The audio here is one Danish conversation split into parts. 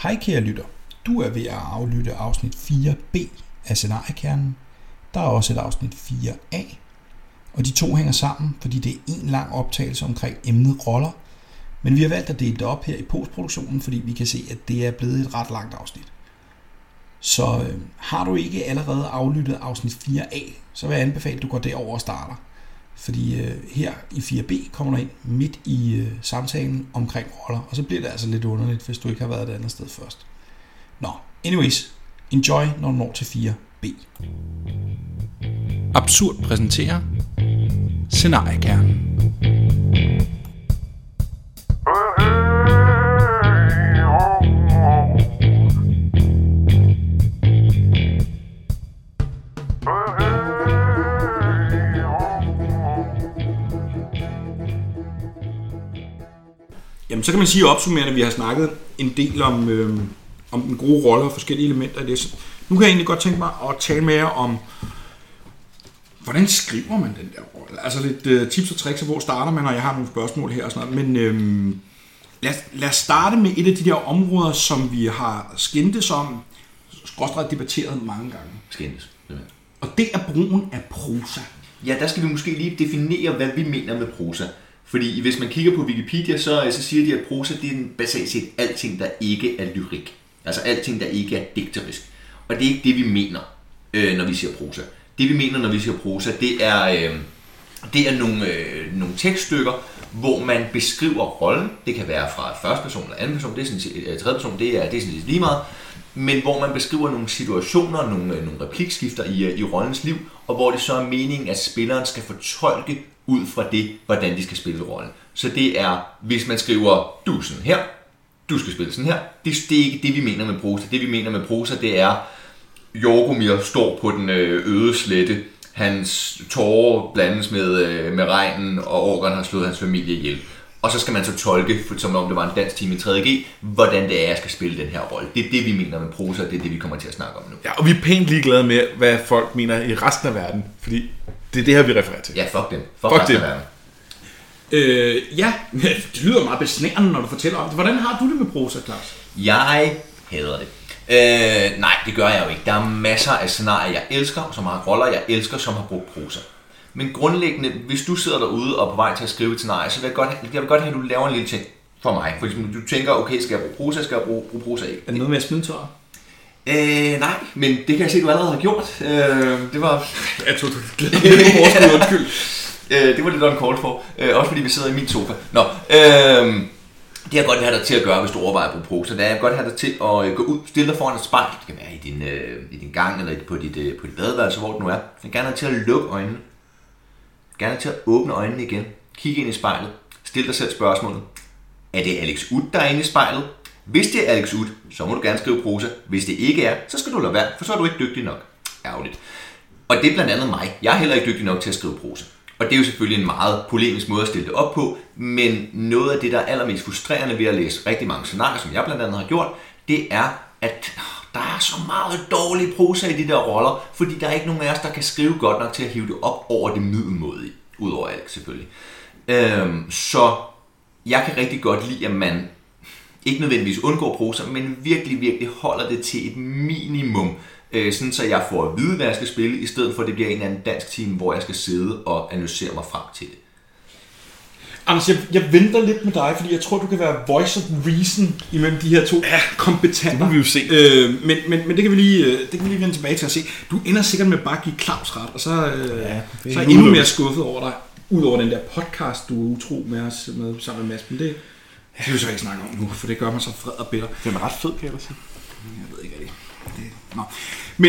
Hej kære lytter, du er ved at aflytte afsnit 4b af Scenariekernen. Der er også et afsnit 4a, og de to hænger sammen, fordi det er en lang optagelse omkring emnet roller. Men vi har valgt at dele det op her i postproduktionen, fordi vi kan se, at det er blevet et ret langt afsnit. Så har du ikke allerede aflyttet afsnit 4a, så vil jeg anbefale, at du går derover og starter. Fordi her i 4b kommer du ind midt i samtalen omkring roller, og så bliver det altså lidt underligt, hvis du ikke har været et andet sted først. Nå, anyways, enjoy, når du når til 4b. Absurd præsenterer Scenariekernen. Jamen, så kan man sige opsummerende, at vi har snakket en del om den gode rolle og forskellige elementer i det. Nu kan jeg egentlig godt tænke mig at tale med jer om, hvordan skriver man den der rolle? Altså lidt tips og tricks, hvor starter man, og jeg har nogle spørgsmål her og sådan noget. Men lad os starte med et af de der områder, som vi har skændtes om, skråstrejt debatteret mange gange. Skændtes. Og det er brugen af prosa. Ja, der skal vi måske lige definere, hvad vi mener med prosa. Fordi hvis man kigger på Wikipedia, så siger de, at prosa det er basalt set alting, der ikke er lyrik. Altså alting, der ikke er digterisk. Og det er ikke det, vi mener, når vi siger prosa. Det vi mener, når vi siger prosa, det er nogle tekststykker, hvor man beskriver rollen. Det kan være fra første person eller anden person, det er sådan, tredje person, det er sådan lige meget. Men hvor man beskriver nogle situationer, nogle replikskifter i rollens liv, og hvor det så er meningen, at spilleren skal fortolke ud fra det, hvordan de skal spille rollen. Så det er, hvis man skriver, du er sådan her, du skal spille sådan her, det er ikke det, vi mener med prosa. Det, vi mener med prosa, det er, Jorgomir står på den øde slette, hans tårer blandes med regnen, og orkeren har slået hans familie ihjel. Og så skal man så tolke, som om det var en dansk time i 3.G, hvordan det er, jeg skal spille den her rolle. Det er det, vi mener med prosa, og det er det, vi kommer til at snakke om nu. Ja, og vi er pænt ligeglade med, hvad folk mener i resten af verden, fordi det er det her, vi refererer til. Ja, fuck dem. Fuck resten af verden. Ja, det lyder meget besnærende, når du fortæller om det. Hvordan har du det med prosa, Claus? Jeg hader det. Nej, det gør jeg jo ikke. Der er masser af scenarier, jeg elsker, som har roller, jeg elsker, som har brugt prosa. Men grundlæggende, hvis du sidder derude og er på vej til at skrive et scenarie, så vil jeg vil godt have, at du laver en lille ting for mig. For eksempel, du tænker, okay, skal jeg bruge prosa, skal jeg bruge prosa ikke? Er det noget med at smide tøjer? Nej, men det kan jeg se, du allerede har gjort. Det var... Jeg tror, du glæder mig lidt på vores undskyld. Det var lidt on call for. Også fordi vi sidder i min sofa. Nå, det jeg godt vil have dig til at gøre, hvis du overvejer at bruge prosa, det er, jeg godt have dig til at gå ud, stille dig foran et spejl. Det kan være i din gang, eller på dit badeværelse, hvor du nu er. Jeg gerne have til at lukke øjnene. Gerne til at åbne øjnene igen. Kig ind i spejlet. Stil dig selv spørgsmålet. Er det Alex Ud, der er inde i spejlet? Hvis det er Alex Ud, så må du gerne skrive prosa. Hvis det ikke er, så skal du lade være, for så er du ikke dygtig nok. Ærgerligt. Og det er blandt andet mig. Jeg er heller ikke dygtig nok til at skrive prosa. Og det er jo selvfølgelig en meget polemisk måde at stille det op på, men noget af det, der er allermest frustrerende ved at læse rigtig mange scenarier, som jeg blandt andet har gjort, det er, at der er så meget dårlig prosa i de der roller, fordi der er ikke nogen af os, der kan skrive godt nok til at hive det op over det middelmådige, udover Alex selvfølgelig. Så jeg kan rigtig godt lide, at man ikke nødvendigvis undgår prosa, men virkelig, virkelig holder det til et minimum, sådan så jeg får at vide, hvad jeg skal spille, i stedet for at det bliver en eller anden dansk time, hvor jeg skal sidde og analysere mig frem til det. Anders, jeg venter lidt med dig, fordi jeg tror, du kan være voice of reason imellem de her to kompetenter. Det må vi jo se. Men det kan vi lige vende tilbage til at se. Du ender sikkert med bare at give Claus ret, og så er jeg endnu mere skuffet over dig, udover den der podcast, du er utro med os sammen med Mads. Men det vil vi så ikke snakke om nu, for det gør mig så fred og bitter. Den er ret fed, kan jeg da sige. Jeg ved ikke rigtig. Nå. Men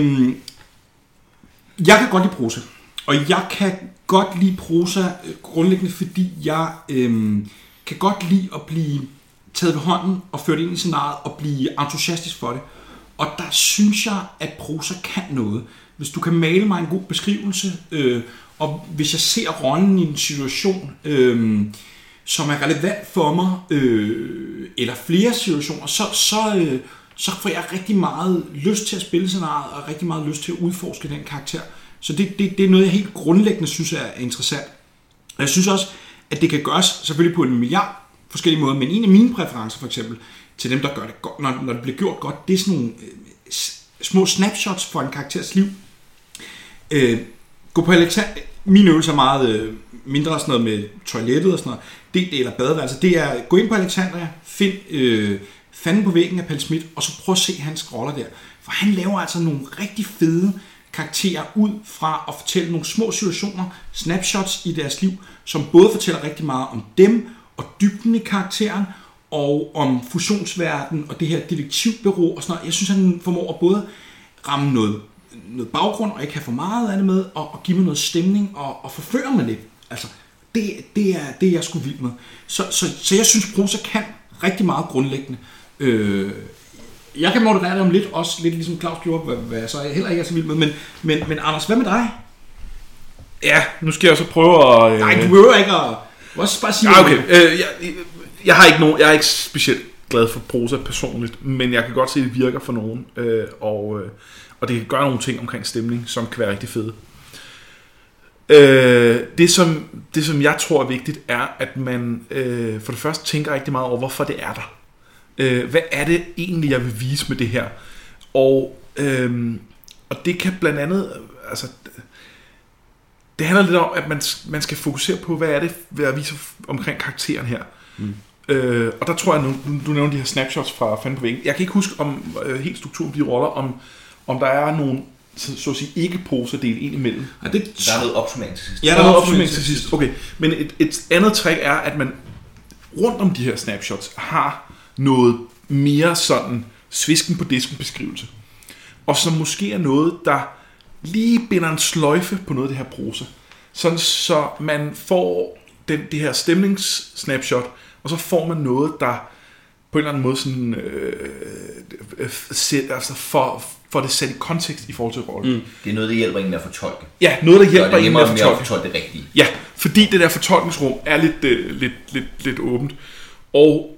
jeg kan godt lide prosa, og jeg kan godt lide prosa grundlæggende, fordi jeg kan godt lide at blive taget ved hånden og ført ind i scenariet og blive entusiastisk for det. Og der synes jeg, at prosa kan noget. Hvis du kan male mig en god beskrivelse, og hvis jeg ser rollen i en situation, som er relevant for mig, eller flere situationer, så får jeg rigtig meget lyst til at spille scenariet, og rigtig meget lyst til at udforske den karakter. Så det er noget, jeg helt grundlæggende synes er interessant. Og jeg synes også, at det kan gøres selvfølgelig på en milliard forskellige måder, men en af mine præferencer for eksempel, til dem, der gør det godt, når det bliver gjort godt, det er sådan nogle små snapshots for en karakters liv. Gå på Alexander. Min øvelse er meget mindre sådan noget med toilettet og sådan noget. Det eller badeværelse. Det er gå ind på Alexandria, find Fanden på væggen af Palle Schmidt, og så prøv at se hans roller der. For han laver altså nogle rigtig fede karakterer ud fra at fortælle nogle små situationer, snapshots i deres liv, som både fortæller rigtig meget om dem, og dybden i karakteren, og om fusionsverden, og det her detektivbureau og sådan noget. Jeg synes, han formår at både ramme noget baggrund, og ikke have for meget af det med, og give mig noget stemning, og forføre mig lidt. Altså, det er jeg sgu vild med. Så jeg synes, prosa kan rigtig meget grundlæggende. Jeg kan moderere det om lidt, også lidt ligesom Claus gjorde, hvad jeg så heller ikke er så vild med. Men Anders, hvad med dig? Ja, nu skal jeg så prøve at... Nej, du behøver ikke at... Også bare sige... Okay. Jeg er ikke specielt glad for prosa personligt, men jeg kan godt se, at det virker for nogen. Og det kan gøre nogle ting omkring stemning, som kan være rigtig fede. Det som jeg tror er vigtigt, er, at man for det første tænker rigtig meget over, hvorfor det er der. Hvad er det egentlig, jeg vil vise med det her? Og det kan blandt andet, altså, det handler lidt om, at man skal fokusere på, hvad er det, hvad jeg viser omkring karakteren her. Og der tror jeg, du nævner de her snapshots fra Fanden på væggen. Jeg kan ikke huske om helt strukturen på de roller, om der er nogle, så at sige, ikke prosa-del ind imellem. Ja, der er noget opsummering til sidst. Ja, der er noget opsummering til sidst. Okay, men et andet trick er, at man rundt om de her snapshots har noget mere sådan svisken på disken beskrivelse. Og som måske er noget, der lige binder en sløjfe på noget af det her prosa. Sådan så man får det her stemningssnapshot, og så får man noget, der på en eller anden måde sådan, får det sat i kontekst i forhold til rollen. Det er noget, der hjælper en med at fortolke. Ja, noget, der hjælper en med at fortolke det rigtige. Ja, fordi det der fortolkningsrum er lidt åbent. Og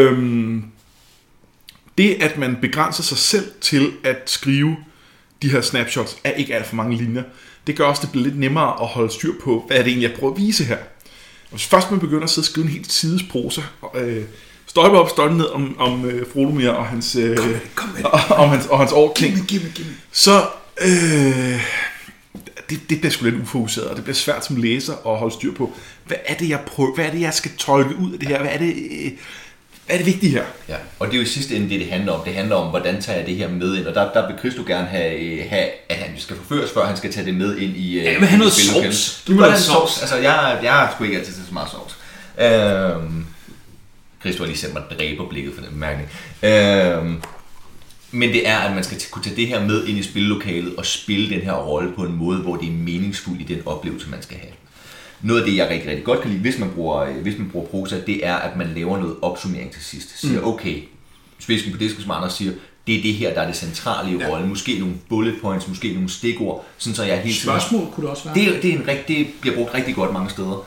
det, at man begrænser sig selv til at skrive de her snapshots, er ikke alt for mange linjer. Det gør også, det bliver lidt nemmere at holde styr på, hvad er det egentlig, jeg prøver at vise her. Og hvis først man begynder at sidde og skrive en helt sides prosa, støjper op, støjper ned om Frodomir og hans hans overkling, så det bliver sgu lidt ufokuseret, og det bliver svært som læser at holde styr på, hvad er det, jeg prøver, hvad er det, jeg skal tolke ud af det her, hvad er det vigtige her? Ja, og det er jo i sidste ende det handler om. Det handler om, hvordan tager jeg det her med ind, og der vil Christo gerne have, at han skal forføres, før han skal tage det med ind i... Ja, men han noget sovs. Du vil have sovs. Altså, jeg har sgu ikke altid til så meget sovs. Christo har lige sendt mig dræberblikket for den bemærkning. Men det er, at man skal kunne tage det her med ind i spillelokalet og spille den her rolle på en måde, hvor det er meningsfuldt i den oplevelse, man skal have. Noget af det, jeg rigtig, rigtig godt kan lide, hvis man bruger prosa, det er, at man laver noget opsummering til sidst. Siger, okay, svisken på disken, som Anders siger, det er det her, der er det centrale i rollen. Måske nogle bullet points, måske nogle stikord, sådan så jeg helt spørgsmål kunne det også være. Det bliver brugt rigtig godt mange steder.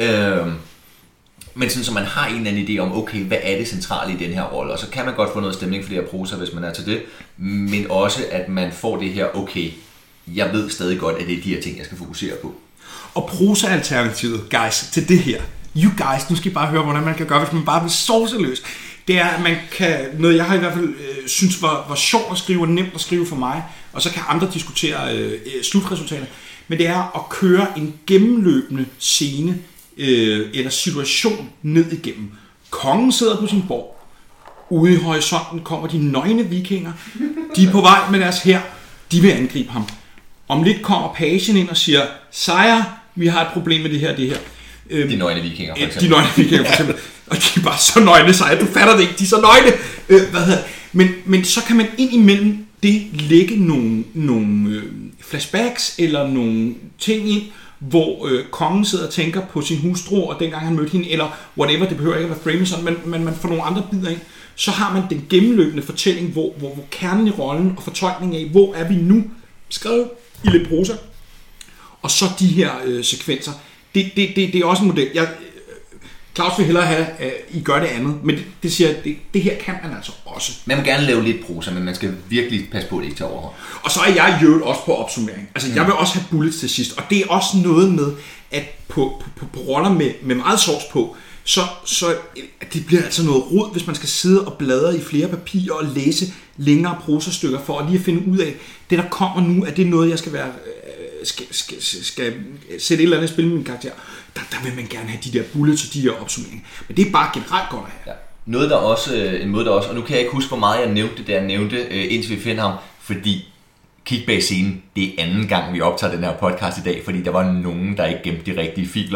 Men sådan så man har en eller anden idé om, okay, hvad er det centrale i den her rolle? Og så kan man godt få noget stemning for det her prosa, hvis man er til det. Men også, at man får det her, okay, jeg ved stadig godt, at det er de her ting, jeg skal fokusere på. Og prosa-alternativet, guys, til det her. You guys, nu skal I bare høre, hvordan man kan gøre, hvis man bare vil sovseløs. Det er, at man kan, noget jeg har i hvert fald synes var sjovt at skrive, og nemt at skrive for mig, og så kan andre diskutere slutresultater. Men det er at køre en gennemløbende scene, eller situation ned igennem. Kongen sidder på sin borg. Ude i horisonten kommer de nøgne vikinger. De er på vej med deres hær. De vil angribe ham. Om lidt kommer pagen ind og siger, sejre, vi har et problem med det her. De nøgne vikinger, for eksempel. De nøgne vikinger, for eksempel. Og de er bare så nøgne, sejre. Du fatter det ikke, de er så nøgne. Men så kan man ind imellem det lægge nogle flashbacks, eller nogle ting ind, hvor kongen sidder og tænker på sin hustru, og dengang han mødte hende, eller whatever, det behøver ikke at være framet sådan, men man får nogle andre bidder ind. Så har man den gennemløbende fortælling, hvor kernen i rollen og fortolkningen af, hvor er vi nu, skrevet i lidt prosa. Og så de her sekvenser. Det er også en model. Claus vil hellere have, at I gør det andet, men det siger, at det her kan man altså også. Man vil gerne lave lidt prosa, men man skal virkelig passe på, at det ikke tager overhånd. Og så er jeg i øvrigt også på opsummering. Altså, jeg vil også have bullets til sidst, og det er også noget med, at på roller med meget sovs på, så det bliver altså noget rod, hvis man skal sidde og bladre i flere papirer og læse længere prosastykker for at lige at finde ud af, det der kommer nu, er det noget, jeg skal være... Skal sætte et eller andet spil med min karakter, der vil man gerne have de der bullets og de der opsummeringer. Men det er bare generelt godt at have. Ja. En måde der også, og nu kan jeg ikke huske, hvor meget jeg nævnte det, da jeg nævnte, indtil vi finder ham, fordi kig bag scenen, det er anden gang, vi optager den her podcast i dag, fordi der var nogen, der ikke gemte de rigtige filer.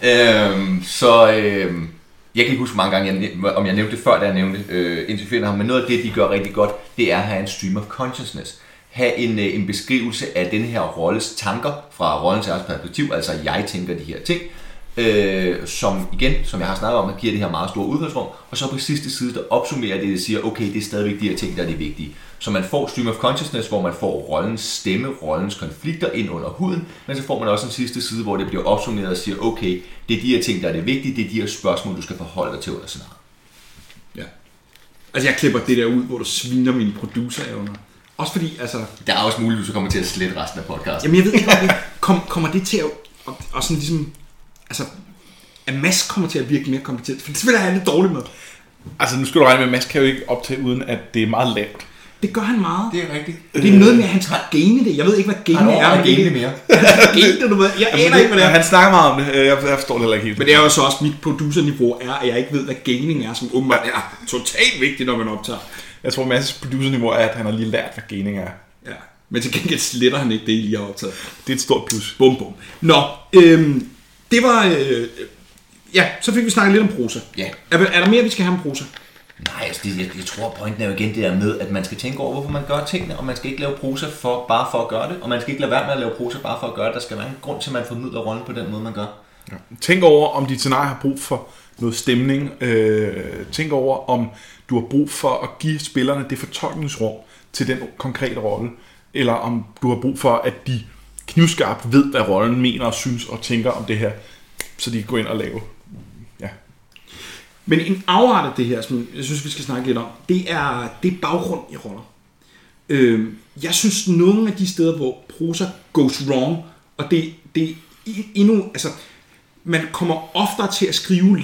Jeg kan ikke huske, hvor mange gange, om jeg nævnte det før, da jeg nævnte indtil vi finder ham, men noget af det, de gør rigtig godt, det er at have en stream of consciousness. Have en beskrivelse af den her rolles tanker fra rollens eget perspektiv, altså jeg tænker de her ting, som jeg har snakket om, at giver det her meget store udfaldsrum, og så på sidste side, der opsummerer det, der siger, okay, det er stadigvæk de her ting, der er de vigtige. Så man får stream of consciousness, hvor man får rollens stemme, rollens konflikter ind under huden, men så får man også en sidste side, hvor det bliver opsummeret og siger, okay, det er de her ting, der er det vigtige, det er de her spørgsmål, du skal forholde dig til under scenariet. Ja. Altså jeg klipper det der ud, hvor du sviner mine producer-evner. Også fordi, altså... Der er også muligt, at du kommer til at slette resten af podcasten. Jamen jeg ved ikke, kommer det til at sådan ligesom... Altså, at Mads kommer til at virke mere kompetent, for det vil jeg have lidt dårligt med. Altså nu skal du regne med, at Mads kan jo ikke optage, uden at det er meget lavt. Det gør han meget. Det er rigtigt. Det er noget med, at han skal gane det. Jeg ved ikke, hvad gane er. Han gane mere. Jeg aner ikke, hvad det er. Han snakker meget om det. Jeg forstår det heller ikke helt. Men det er jo så også mit producerniveau er, at jeg ikke ved, hvad ganing er, som åbenbart er totalt vigtigt, når man optager. Jeg tror, Mads' producerniveau er, at han har lige lært, hvad ganing er. Ja, men til gengæld sletter han ikke det, I lige har optaget. Det er et stort plus. Bum, bum. Nå, det var... ja, så fik vi snakket lidt om prosa. Ja. Er der mere, vi skal have om prosa? Nej, altså jeg tror, pointen er jo igen det der med, at man skal tænke over, hvorfor man gør tingene, og man skal ikke lave prosa bare for at gøre det, og man skal ikke lade være med at lave prosa bare for at gøre det. Der skal være en grund til, at man formidler rollen på den måde, man gør. Ja. Tænk over, om dit scenarie har brug for noget stemning. Tænk over, om du har brug for at give spillerne det fortolkningsrum til den konkrete rolle, eller om du har brug for, at de knivskarpt ved, hvad rollen mener og synes og tænker om det her, så de kan gå ind og lave. Ja. Men en afart af det her, som jeg synes, vi skal snakke lidt om, det er baggrund i roller. Jeg synes, nogle af de steder, hvor prosa goes wrong, og det er endnu, altså, man kommer oftere til at skrive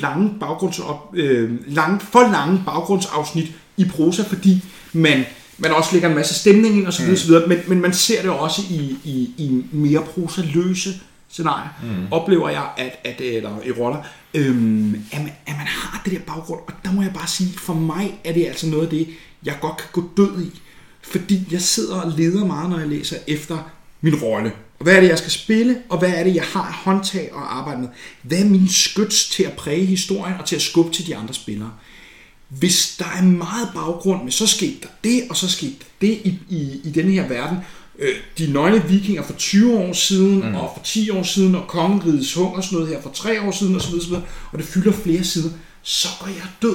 for lange baggrundsafsnit i prosa, fordi man også lægger en masse stemning ind og så videre, men man ser det også i mere prosaløse scenarier. Oplever jeg, eller i roller, at man har det der baggrund, og der må jeg bare sige, for mig er det altså noget af det, jeg godt kan gå død i, fordi jeg sidder og leder meget, når jeg læser efter min rolle. Og hvad er det, jeg skal spille, og hvad er det, jeg har håndtag og arbejde med? Hvad er min skyts til at præge historien og til at skubbe til de andre spillere? Hvis der er meget baggrund med, så skete der det, og så skete der det i denne her verden. De nøgne vikinger for 20 år siden, og for 10 år siden, og kongerigets hungersnød her for 3 år siden, osv., og det fylder flere sider, så går jeg død.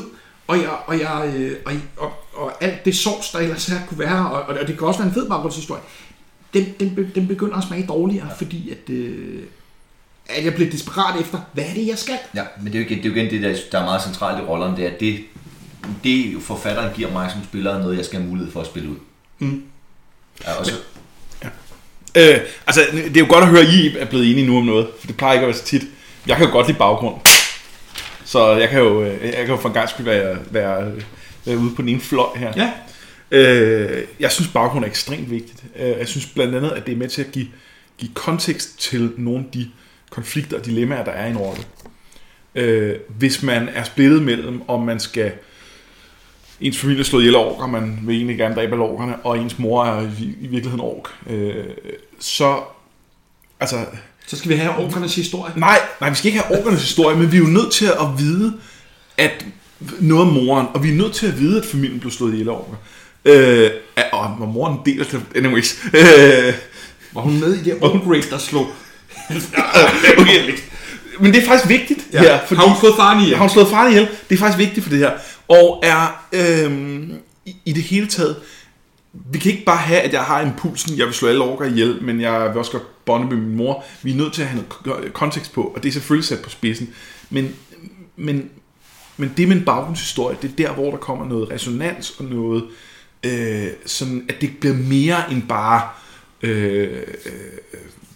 Og alt det sovs, der ellers her kunne være, og det kan også være en fed baggrundshistorie, den begynder at smage dårligere, fordi at jeg bliver desperat efter, hvad er det, jeg skal? Ja, men det er jo igen det, der er meget centralt i rollerne, det er, at det forfatteren giver mig som spiller, noget jeg skal have mulighed for at spille ud. Ja, og så... Altså, det er jo godt at høre, at I er blevet enige nu om noget, for det plejer ikke at være så tit. Jeg kan jo godt lide baggrund, så jeg kan jo for en gang skyld være ude på den ene fløj her. Ja. Jeg synes, baggrund er ekstremt vigtigt. Jeg synes blandt andet, at det er med til at give kontekst til nogle af de konflikter og dilemmaer, der er i en rolle. Hvis man er splittet mellem, om man skal... Ens familie slået ihjel af orker, man vil egentlig gerne dræbe alle orkerne, og ens mor er i virkeligheden ork. Så skal vi have orkernes historie? Nej, vi skal ikke have orkernes historie, men vi er jo nødt til at vide, at noget af moren, og vi er nødt til at vide, at familien blev slået ihjel af orker. Og var moren en del af det? Anyways. Var hun med i det ork-raid, der slog? Okay. Men det er faktisk vigtigt her. Fordi har hun slået faren ihjel? Har hun slået faren ihjel? Det er faktisk vigtigt for det her. Og er i det hele taget, vi kan ikke bare have, at jeg har impulsen, jeg vil slå alle orker ihjel, men jeg vil også godt bonde med min mor. Vi er nødt til at have noget kontekst på, og det er selvfølgelig sat på spidsen. Men det med en baggrundshistorie, det er der, hvor der kommer noget resonans og noget, sådan at det bliver mere end bare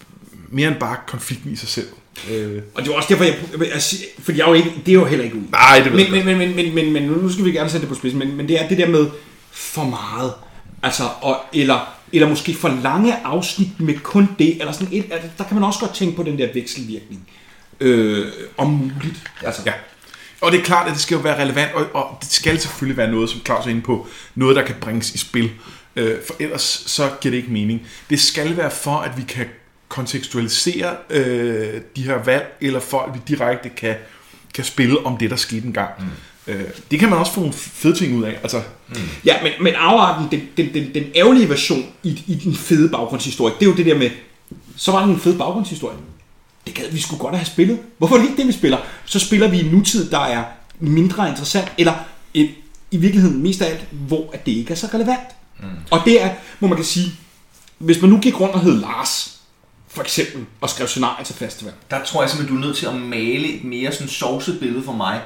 mere end bare konflikten i sig selv. Og det er også derfor, fordi jeg er jo ikke, det er jo heller ikke ud. Nej, det ved jeg. Men nu skal vi gerne sætte det på spidsen, men det er det der med for meget, altså, eller måske for lange afsnit med kun det, eller sådan et, der kan man også godt tænke på den der vekselvirkning, om muligt. Altså. Ja. Og det er klart, at det skal jo være relevant, og det skal selvfølgelig være noget, som Claus er inde på, noget, der kan bringes i spil, for ellers så giver det ikke mening. Det skal være for, at vi kan kontekstualisere de her valg, eller for at vi direkte kan spille om det, der skete engang. Det kan man også få nogle fede ting ud af. Altså. Ja, men afarten, den ærgerlige version i den fede baggrundshistorie, det er jo det der med, så var det en fed baggrundshistorie. Det gad vi skulle godt have spillet. Hvorfor er det ikke det, vi spiller? Så spiller vi i nutid, der er mindre interessant, eller i virkeligheden mest af alt, hvor det ikke er så relevant. Og det er, må man kan sige, hvis man nu gik rundt og hed Lars, for eksempel, og skrev scenarier til festival. Der tror jeg simpelthen, du er nødt til at male et mere sådan sovset billede for mig.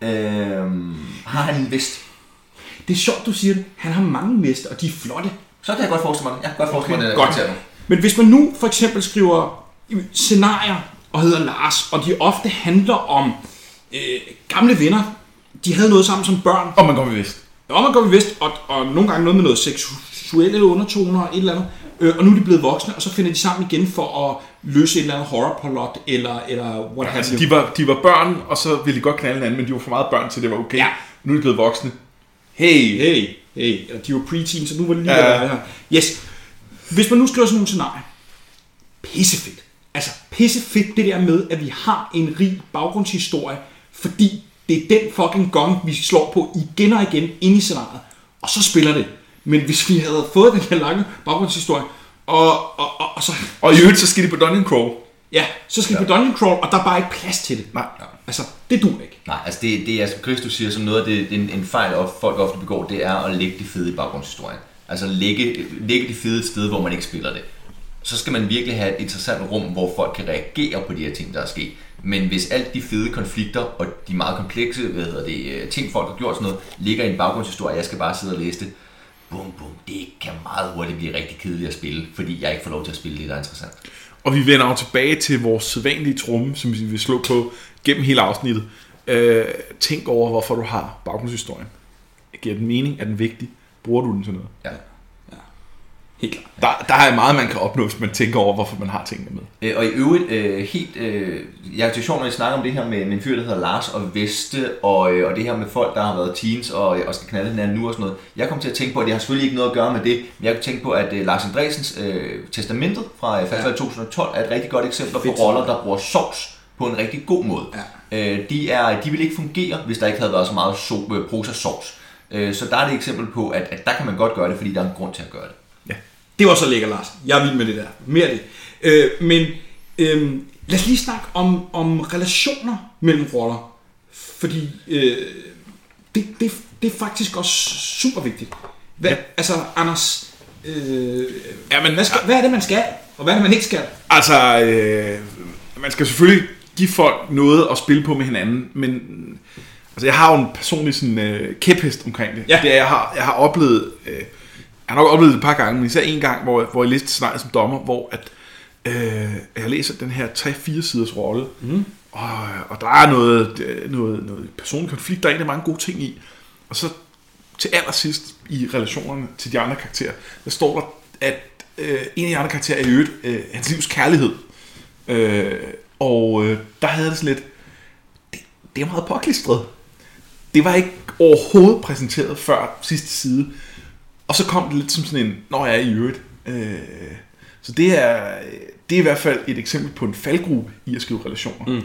Har han en vest? Det er sjovt, du siger det. Han har mange veste, og de er flotte. Så kan jeg godt forestille mig det. Jeg kan godt forestille mig det. Godt. Men hvis man nu for eksempel skriver scenarier og hedder Lars, og de ofte handler om gamle venner, de havde noget sammen som børn. Og man går med vest. Og man går med vest, og nogle gange noget med noget seksuelle undertoner og et eller andet. Og nu er de blevet voksne, og så finder de sammen igen for at løse et eller andet horrorplot, eller what have you. De var børn, og så ville de godt knalde hinanden, men de var for meget børn til, det var okay. Ja. Nu er de blevet voksne. Hey. Eller de var preteens, så nu var det lige her. Yes. Hvis man nu skriver sådan nogle scenarier, pissefedt. Altså pissefedt det der med, at vi har en rig baggrundshistorie, fordi det er den fucking gong, vi slår på igen og igen ind i scenariet, og så spiller det. Men hvis vi havde fået den her lange baggrundshistorie, og så... Og i øvrigt, så skal de på Dungeon Crawl. Ja, så skal de på Dungeon Crawl, og der er bare ikke plads til det. Nej. Altså, det duer ikke. Nej, altså det er, som Chris, du siger, som noget af det, en fejl, folk ofte begår, det er at lægge det fede i baggrundshistorien. Altså lægge det fede et sted, hvor man ikke spiller det. Så skal man virkelig have et interessant rum, hvor folk kan reagere på de her ting, der er sket. Men hvis alt de fede konflikter og de meget komplekse ting, folk har gjort sådan noget, ligger i en baggrundshistorie, jeg skal bare sidde og læse det, bum, det kan meget hurtigt blive rigtig kedeligt at spille, fordi jeg ikke får lov til at spille det, der er interessant. Og vi vender jo tilbage til vores sædvanlige tromme, som vi vil slå på gennem hele afsnittet. Tænk over, hvorfor du har baggrundshistorien. Giver den mening? Er den vigtig? Bruger du den til noget? Ja. Helt klart. Der er meget, man kan opnå, hvis man tænker over, hvorfor man har tingene med. Og i øvrigt, jeg er til sjov, når jeg snakker om det her med en fyr, der hedder Lars og Veste, og det her med folk, der har været teens og skal knalde hinanden nu og sådan noget. Jeg kom til at tænke på, at det har selvfølgelig ikke noget at gøre med det, men jeg kunne tænke på, at Lars Andresens Testamentet fra festival 2012 er et rigtig godt eksempel på roller, der bruger sovs på en rigtig god måde. Ja. De vil ikke fungere, hvis der ikke havde været så meget prosa-sovs. Så der er det et eksempel på, at der kan man godt gøre det, fordi der er en grund til at gøre det. Det var så lækker, Lars. Jeg er vild med det der. Mere det. Men lad os lige snakke om relationer mellem roller. Fordi det er faktisk også super vigtigt. Altså, Anders, hvad er det, man skal? Og hvad er det, man ikke skal? Altså, man skal selvfølgelig give folk noget at spille på med hinanden, men altså, jeg har jo en personlig sådan, kæphest omkring det. Ja. Det er, jeg har oplevet... Jeg har nok oplevet det et par gange, men især en gang, hvor jeg læste scenariet som dommer, hvor jeg læser den her 3-4 siders rolle, og der er noget personlig konflikt, der er egentlig mange gode ting i. Og så til allersidst i relationerne til de andre karakterer, der står der, at en af de andre karakterer er i øvrigt hans livs kærlighed. Der havde det sådan lidt, det er meget påklistret. Det var ikke overhovedet præsenteret før sidste side. Og så kom det lidt som sådan en, når jeg er i øvrigt. Så det er i hvert fald et eksempel på en faldgruppe i at skrive relationer.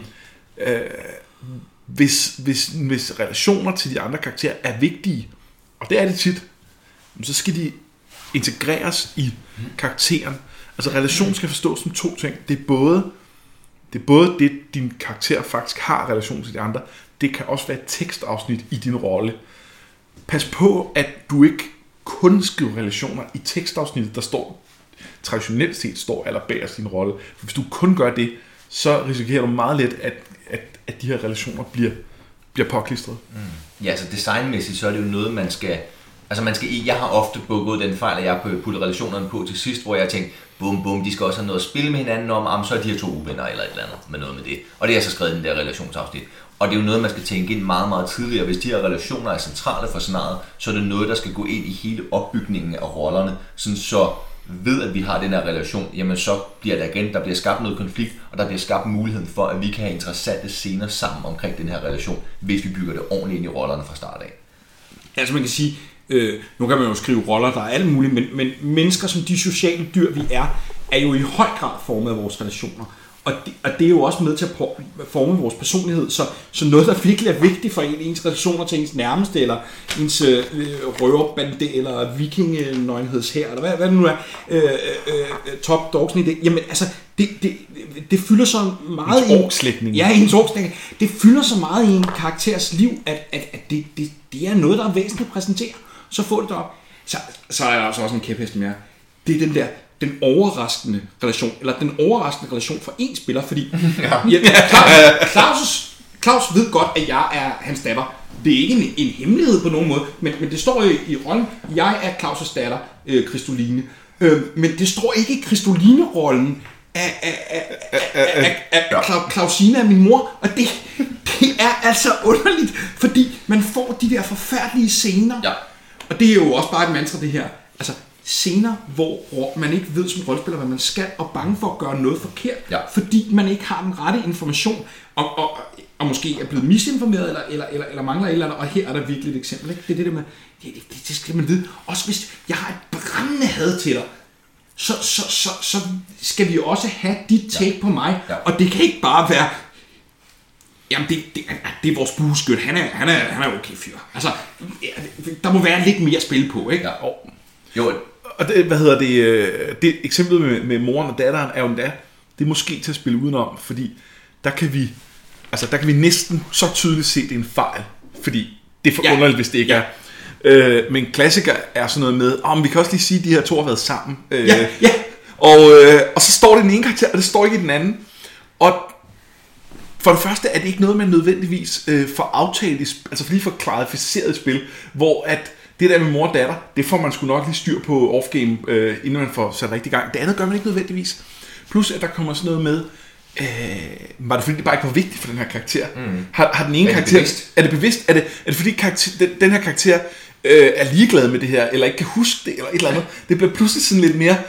Hvis relationer til de andre karakterer er vigtige, og det er det tit, så skal de integreres i karakteren. Altså relation skal forstås som to ting. Det er både det, din karakter faktisk har relation til de andre. Det kan også være et tekstafsnit i din rolle. Pas på, at du ikke kun skrive relationer i tekstafsnittet, der står traditionelt set står allerbærest din rolle. For hvis du kun gør det, så risikerer du meget let, at de her relationer bliver påklistret. Ja, så designmæssigt, så er det jo noget, man skal Altså jeg har ofte begået den fejl, at jeg har puttet relationerne på til sidst, hvor jeg tænkte, bum, de skal også have noget at spille med hinanden om, så er de her 2 uvenner eller et eller andet med noget med det. Og det er så skrevet i den der relationsafsnit. Og det er jo noget, man skal tænke ind meget, meget tidligere. Hvis de her relationer er centrale for scenariet, så er det noget, der skal gå ind i hele opbygningen af rollerne, sådan så ved, at vi har den her relation, jamen så bliver der bliver skabt noget konflikt, og der bliver skabt muligheden for, at vi kan have interessante scener sammen omkring den her relation, hvis vi bygger det ordentligt ind i rollerne fra start af. Altså man kan sige, nu kan man jo skrive roller, der er alt muligt, men mennesker som de sociale dyr, vi er jo i høj grad formet af vores relationer. Og det er jo også med til at forme vores personlighed, så noget, der virkelig er vigtigt for ens relationer til ens nærmeste, eller ens røverbande, eller vikingenøgenhedshær, eller hvad det nu er, top dogs, jamen altså, det fylder så meget ens orkslægtning. Ja, ens orkslægtning. Det fylder så meget i en karakters liv, at det er noget, der er væsentligt at præsentere. Så få det derop. Så er der også en kæphest mere. Det er den overraskende relation, eller den overraskende relation for en spiller, fordi Claus ved godt, at jeg er hans datter. Det er ikke en hemmelighed på nogen måde, men det står i rollen, jeg er Claus' datter, Kristoline. Men det står ikke i Kristoline-rollen af Clausina er min mor, og det er altså underligt, fordi man får de der forfærdelige scener, ja. Og det er jo også bare et mantra, det her. Altså, scener, hvor man ikke ved som rollespiller, hvad man skal, og bange for at gøre noget forkert, ja. Fordi man ikke har den rette information, og måske er blevet misinformeret, eller mangler et eller andet, og her er der virkelig et eksempel. Ikke? Det er det med, det skal man vide. Også hvis jeg har et brændende had til dig, så skal vi også have dit take på mig, og det kan ikke bare være, jamen det er vores bueskyt, han er okay fyr. Altså, der må være lidt mere at spille på, ikke? Ja. Jo. Og det, det eksemplet med moren og datteren er jo endda, det er måske til at spille udenom, fordi der kan vi næsten så tydeligt se, det er en fejl, fordi det er for underligt, hvis det ikke er. Men klassiker er sådan noget med, vi kan også lige sige, at de her 2 har været sammen. Og så står det i den ene karakter, og det står ikke i den anden. Og for det første er det ikke noget, man nødvendigvis får aftalt, altså lige får klarificeret spil, hvor at det der med mor og datter, det får man sgu nok lige styr på off-game, inden man får sat rigtig gang. Det andet gør man ikke nødvendigvis. Plus at der kommer sådan noget med, var det fordi det bare ikke var vigtigt for den her karakter? Har den ene karakter... Er det bevidst? Er det fordi den her karakter er ligeglad med det her, eller ikke kan huske det, eller et eller andet? Det bliver pludselig sådan lidt mere...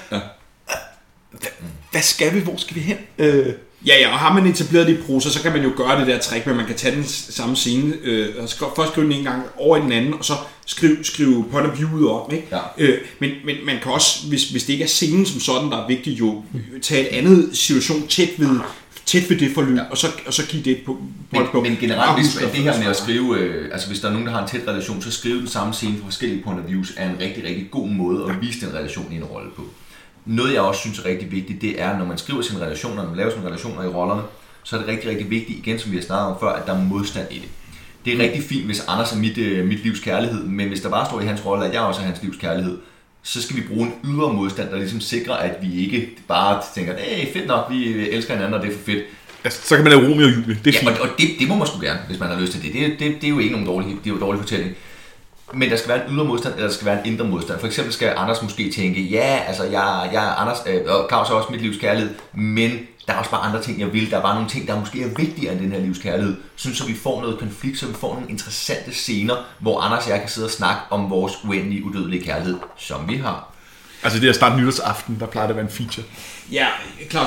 Hvad skal vi? Hvor skal vi hen? Ja, og har man etableret det i prosa, så kan man jo gøre det der trick, men man kan tage den samme scene, og først skrive den en gang over i den anden, og så skrive point of view om, ikke? Ja. Men man kan også, hvis det ikke er scenen som sådan, der er vigtigt, jo tage et andet situation tæt ved det forløb, ja. og så give det på. Men generelt, hvis det her med at skrive, altså hvis der er nogen, der har en tæt relation, så skrive den samme scene fra forskellige point of views er en rigtig, rigtig god måde at vise den relation i en rolle på. Noget, jeg også synes er rigtig vigtigt, det er, når man skriver sine relationer, når man laver sine relationer i rollerne, så er det rigtig, rigtig vigtigt, igen som vi har snakket om før, at der er modstand i det. Det er rigtig fint, hvis Anders er mit livs kærlighed, men hvis der bare står i hans rolle, at jeg også er hans livs kærlighed, så skal vi bruge en ydre modstand, der ligesom sikrer, at vi ikke bare tænker, fedt nok, vi elsker hinanden, og det er for fedt. Altså, så kan man lave Romeo og Julie. Og det må man sgu gerne, hvis man har lyst til det. Det er jo ikke nogen dårlig fortælling. Men der skal være en ydre modstand, eller der skal være en indre modstand. For eksempel skal Anders måske tænke, jeg er Anders, og Claus er også mit livs kærlighed, men der er også bare andre ting, jeg vil. Der er bare nogle ting, der måske er vigtigere end den her livs kærlighed. Så vi får noget konflikt, så vi får nogle interessante scener, hvor Anders og jeg kan sidde og snakke om vores uendelige, udødelige kærlighed, som vi har. Altså det er snart nytårsaften, der plejer det at være en feature. Ja, Claus,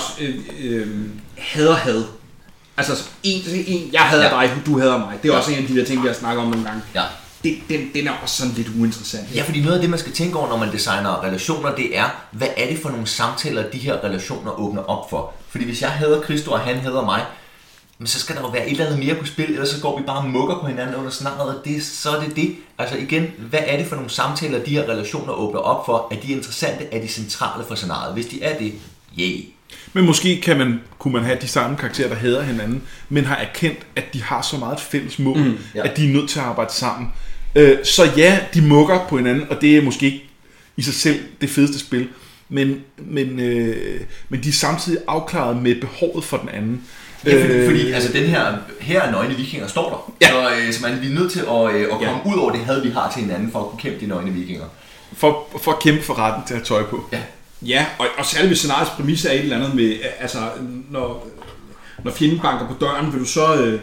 had. Altså, jeg hader dig, du hader mig. Det er også en af de der ting, vi har snakket om nogle gange. Ja. Den er også sådan lidt uinteressant. Ja, fordi noget af det, man skal tænke over, når man designer relationer, det er, hvad er det for nogle samtaler, de her relationer åbner op for? Fordi hvis jeg hader Christo, og han hader mig, men så skal der jo være et eller andet mere på spil, ellers så går vi bare og mukker på hinanden under snarere, og så er det. Altså igen, hvad er det for nogle samtaler, de her relationer åbner op for? Er de interessante? Er de centrale for scenariet? Hvis de er det, yay. Men måske kunne man have de samme karakterer, der hader hinanden, men har erkendt, at de har så meget et fælles mål, at de er nødt til at arbejde sammen. Så ja, de mukker på hinanden, og det er måske ikke i sig selv det fedeste spil, men de er samtidig afklaret med behovet for den anden. Ja, fordi altså den her er nøgne vikinger står der. Ja. Så vi er nødt til at komme ud over det had, vi har til hinanden, for at kunne kæmpe de nøgne vikinger. For at kæmpe for retten til at have tøj på. Ja. Ja, og særligt hvis scenariets præmis er et eller andet med, altså når fjenden banker på døren, vil du så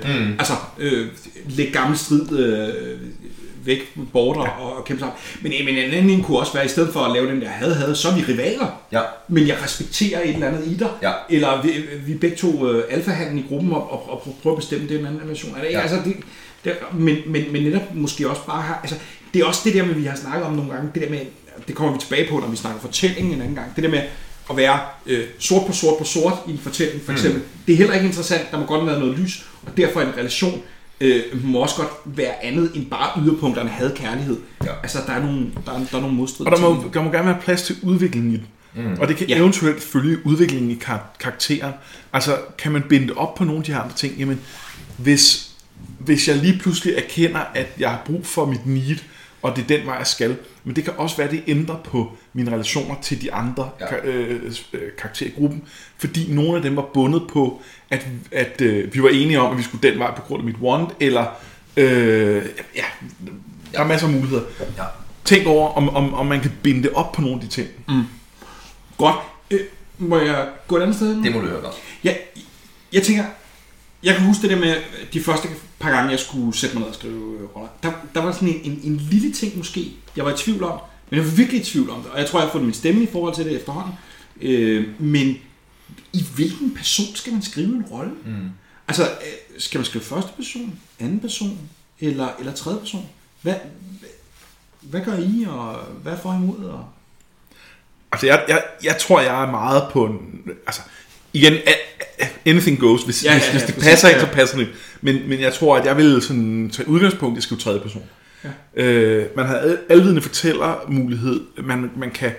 lægge gammel strid væk border og kæmpe sammen. Men en anden en kunne også være, i stedet for at lave den der had, så er vi rivaler. Ja. Men jeg respekterer et eller andet i dig. Ja. Eller vi begge to alfahanden i gruppen og prøver at bestemme det i en anden relation. Ja. Altså, men netop måske også bare har... Altså, det er også det der med, vi har snakket om nogle gange, det der med, det kommer vi tilbage på, når vi snakker fortælling en anden gang, det der med at være sort på sort i en fortælling, for eksempel. Det er heller ikke interessant, der må godt være noget lys, og derfor en relation må også godt være andet end bare yderpunkterne had kærlighed. Ja. Altså, der er nogle modstrid. Og der må gerne være plads til udviklingen i den. Og det kan eventuelt følge udviklingen i karakteren. Altså, kan man binde op på nogle af de her andre ting? Jamen, hvis jeg lige pludselig erkender, at jeg har brug for mit need, og det er den vej, jeg skal. Men det kan også være, at det ændrer på mine relationer til de andre karakterer i gruppen. Fordi nogle af dem var bundet på, at vi var enige om, at vi skulle den vej på grund af mit want, eller der er masser af muligheder. Ja. Tænk over, om man kan binde det op på nogle af de ting. Godt. Må jeg gå et andet sted? Det må du høre godt. Ja, jeg tænker... Jeg kan huske det der med de første par gange, jeg skulle sætte mig ned og skrive roller. Der var sådan en lille ting måske, jeg var i tvivl om, men jeg var virkelig i tvivl om det, og jeg tror, jeg har fået min stemme i forhold til det efterhånden. Men i hvilken person skal man skrive en rolle? Altså, skal man skrive første person, anden person eller tredje person? Hvad gør I, og hvad får I imod? Altså, jeg tror, jeg er meget på en... Altså, igen, anything goes. Hvis det passer ikke, så passer det. Men jeg tror, at jeg vil sådan tage udgangspunkt i at skrive tredje person. Ja. Man har alvidende fortællermulighed. Man kan...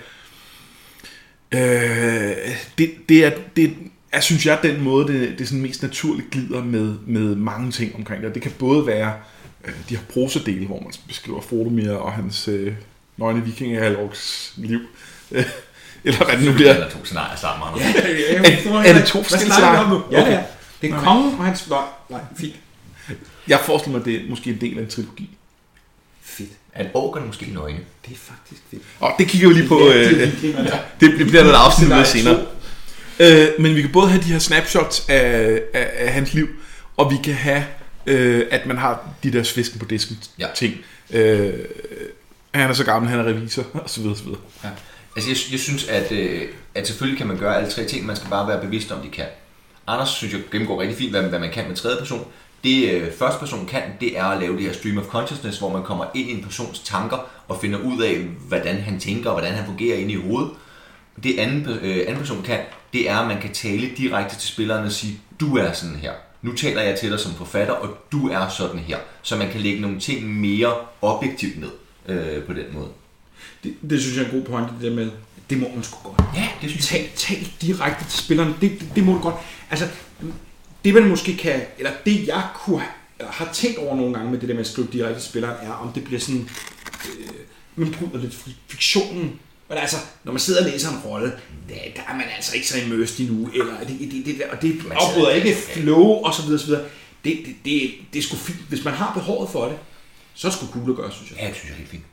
Jeg synes, den måde, det sådan mest naturligt glider med mange ting omkring det. Det kan både være de her prosadele, hvor man beskriver Frodomir og hans nøgne vikingehalvårs liv. Eller hvad det nu bliver. Eller to scenarier sammen. Er det to forskellige scenarier? Ja. Det er kongen og hans... Nej, fint. Jeg forestiller mig, at det er måske en del af en trilogi. Fedt. Er orkerne måske nøgne? Det er faktisk fedt. Det kigger vi lige på. Det bliver der et afsnit med senere. Men vi kan både have de her snapshots af hans liv, og vi kan have, at man har de der svisken på disken ting. Han er så gammel, han er revisor, og så videre, så videre. Ja. Altså jeg synes, at selvfølgelig kan man gøre alle tre ting, man skal bare være bevidst om, de kan. Anders synes jeg gennemgår rigtig fint, hvad man kan med tredje person. Det første person kan, det er at lave det her stream of consciousness, hvor man kommer ind i en persons tanker og finder ud af, hvordan han tænker og hvordan han fungerer inde i hovedet. Det anden person kan, det er, at man kan tale direkte til spilleren og sige, du er sådan her. Nu taler jeg til dig som forfatter, og du er sådan her. Så man kan lægge nogle ting mere objektivt ned på den måde. Det synes jeg er en god pointe, det der med, det må man sgu godt. Ja, det synes jeg. Tal direkte til spillerne, det må man godt. Altså, det man måske kan, eller det jeg har tænkt over nogle gange med det der med at skrive direkte til spilleren, er, om det bliver sådan, man bryder lidt fiktionen. Men altså, når man sidder og læser en rolle, der er man altså ikke så immersed endnu, eller det opbryder ikke flow, og så videre, så videre. Det er sgu fint. Hvis man har behovet for det, så er det sgu cool at gøre, synes jeg. Ja, det synes jeg er helt fint.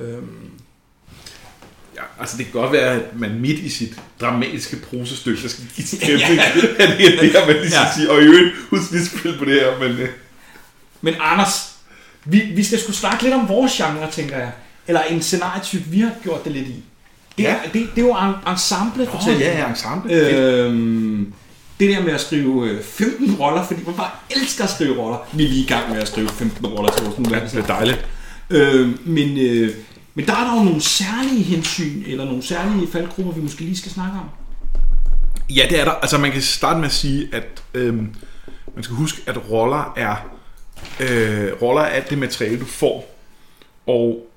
Ja, altså det kan godt være, at man midt i sit dramatiske prosestykke, der skal give stemning, at det er det her, man lige skal sige, og i øvrigt, husk lige spil på det her, Men Anders, vi skal sgu snakke lidt om vores genre, tænker jeg. Eller en scenarietype, vi har gjort det lidt i. Det er jo ensemble fortælling. Ja, ensemble. Det der med at skrive 15 roller, fordi man bare elsker at skrive roller. Vi er lige i gang med at skrive 15 roller til vores nuværende. Det er dejligt. Men der er der jo nogle særlige hensyn, eller nogle særlige faldgrupper, vi måske lige skal snakke om. Ja, det er der. Altså man kan starte med at sige, at man skal huske, at roller er alt det materiale, du får. Og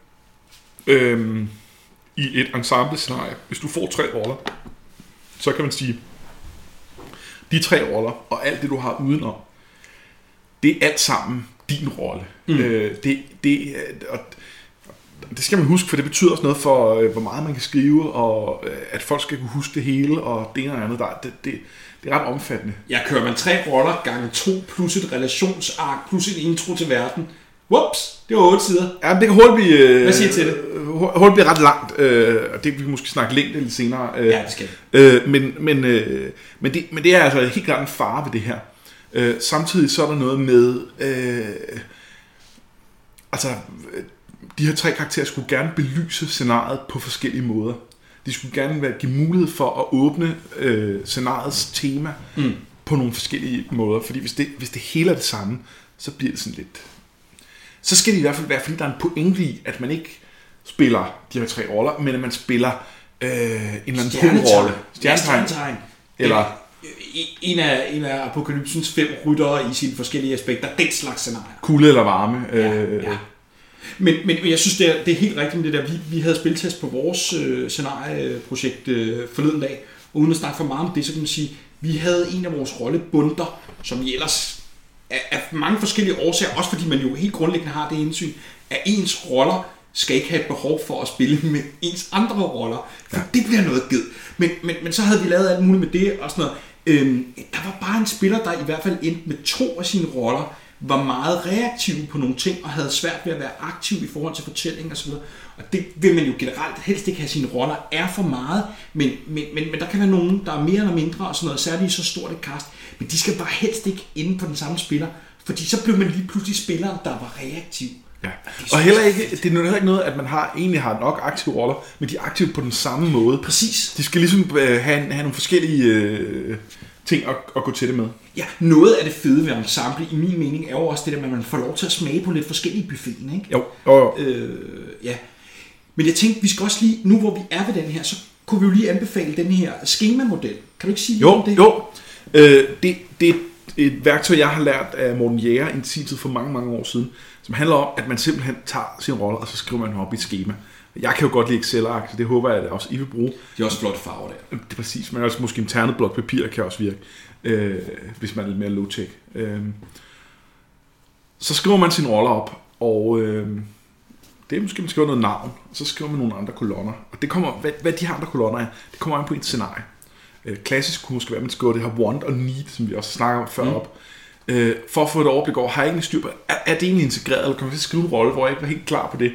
i et ensemble-scenarie, hvis du får 3 roller, så kan man sige, de 3 roller, og alt det, du har udenom, det er alt sammen din rolle. Det skal man huske, for det betyder også noget for, hvor meget man kan skrive, og at folk skal kunne huske det hele, og det ene og andet. det er ret omfattende. Jeg kører man 3 roller gange 2 plus et relationsark plus en intro til verden. Whoops, det var 8 sider. Ja, det kan hurtigt blive... Hvad siger til det? Hurtigt blive ret langt, og det kan vi måske snakke længde lidt senere. Ja, det skal men det er altså helt klart en fare ved det her. Samtidig så er der noget med... de her 3 karakterer skulle gerne belyse scenariet på forskellige måder. De skulle gerne give mulighed for at åbne scenariets tema på nogle forskellige måder. Fordi hvis det hele er det samme, så bliver det sådan lidt... Så skal det i hvert fald være, fordi der er en pointe i, at man ikke spiller de her 3 roller, men at man spiller en eller anden hovedrolle. Stjernetegn. Eller... En af apokalypsens 5 ryttere i sine forskellige aspekter. Den slags scenarier. Kulde eller varme. Ja. Men jeg synes, det er helt rigtigt med det der. Vi havde spiltest på vores scenarieprojekt forleden dag, og uden at snakke for meget om det, så kan man sige, vi havde en af vores rollebunter, som vi ellers af mange forskellige årsager, også fordi man jo helt grundlæggende har det hensyn, at ens roller skal ikke have et behov for at spille med ens andre roller, for det bliver noget ged. Men så havde vi lavet alt muligt med det og sådan noget. Der var bare en spiller, der i hvert fald endte med 2 af sine roller, var meget reaktiv på nogle ting, og havde svært ved at være aktiv i forhold til fortælling og så videre. Og det vil man jo generelt helst ikke have sine roller er for meget, men der kan være nogen, der er mere eller mindre og sådan noget, særligt så stort et cast, men de skal bare helst ikke inde på den samme spiller, fordi så blev man lige pludselig spilleren, der var reaktiv. Ja. Og heller ikke, det er heller ikke noget, at man egentlig har nok aktive roller, men de er aktive på den samme måde. Præcis. De skal ligesom have nogle forskellige ting at gå til det med. Ja, noget af det fede ved ensemble, i min mening, er jo også det der, at man får lov til at smage på lidt forskellige buffeten, ikke? Jo. Ja. Men jeg tænkte, vi skal også lige, nu hvor vi er ved den her, så kunne vi jo lige anbefale den her schema-model. Kan du ikke sige lidt om det? Jo. Det er et værktøj, jeg har lært af Morten Jæger i sin tid for mange, mange år siden, som handler om, at man simpelthen tager sin rolle, og så skriver man op i et schema. Jeg kan jo godt lide Excel-ark, så det håber jeg, at også I vil bruge. Det er også flotte farver der. Det er præcis, men også måske en ternet blok papir kan også virke, hvis man er lidt mere low-tech. Så skriver man sine roller op, og det er måske, man skriver noget navn, og så skriver man nogle andre kolonner. Og det kommer, hvad de her andre kolonner er, det kommer an på et scenarie. Klassisk kunne måske være, at man skriver det her want og need, som vi også snakker om før op. For at få et overblik over, har jeg egentlig styr på, er det egentlig integreret, eller kan man skrive en rolle, hvor jeg ikke var helt klar på det.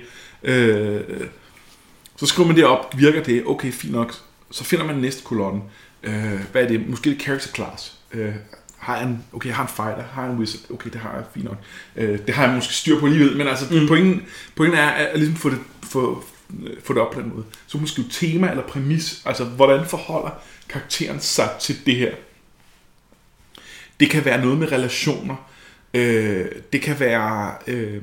Så skriver man det op, virker det, okay, fint nok. Så finder man den næste kolonne. Hvad er det? Måske det character class. Har jeg en fighter, har jeg en wizard, okay, det har jeg, fint nok. Det har jeg måske styr på alligevel, men altså pointen er at ligesom få det op på den måde. Så man skrive tema eller præmis, altså hvordan forholder karakteren sig til det her. Det kan være noget med relationer. Det kan være,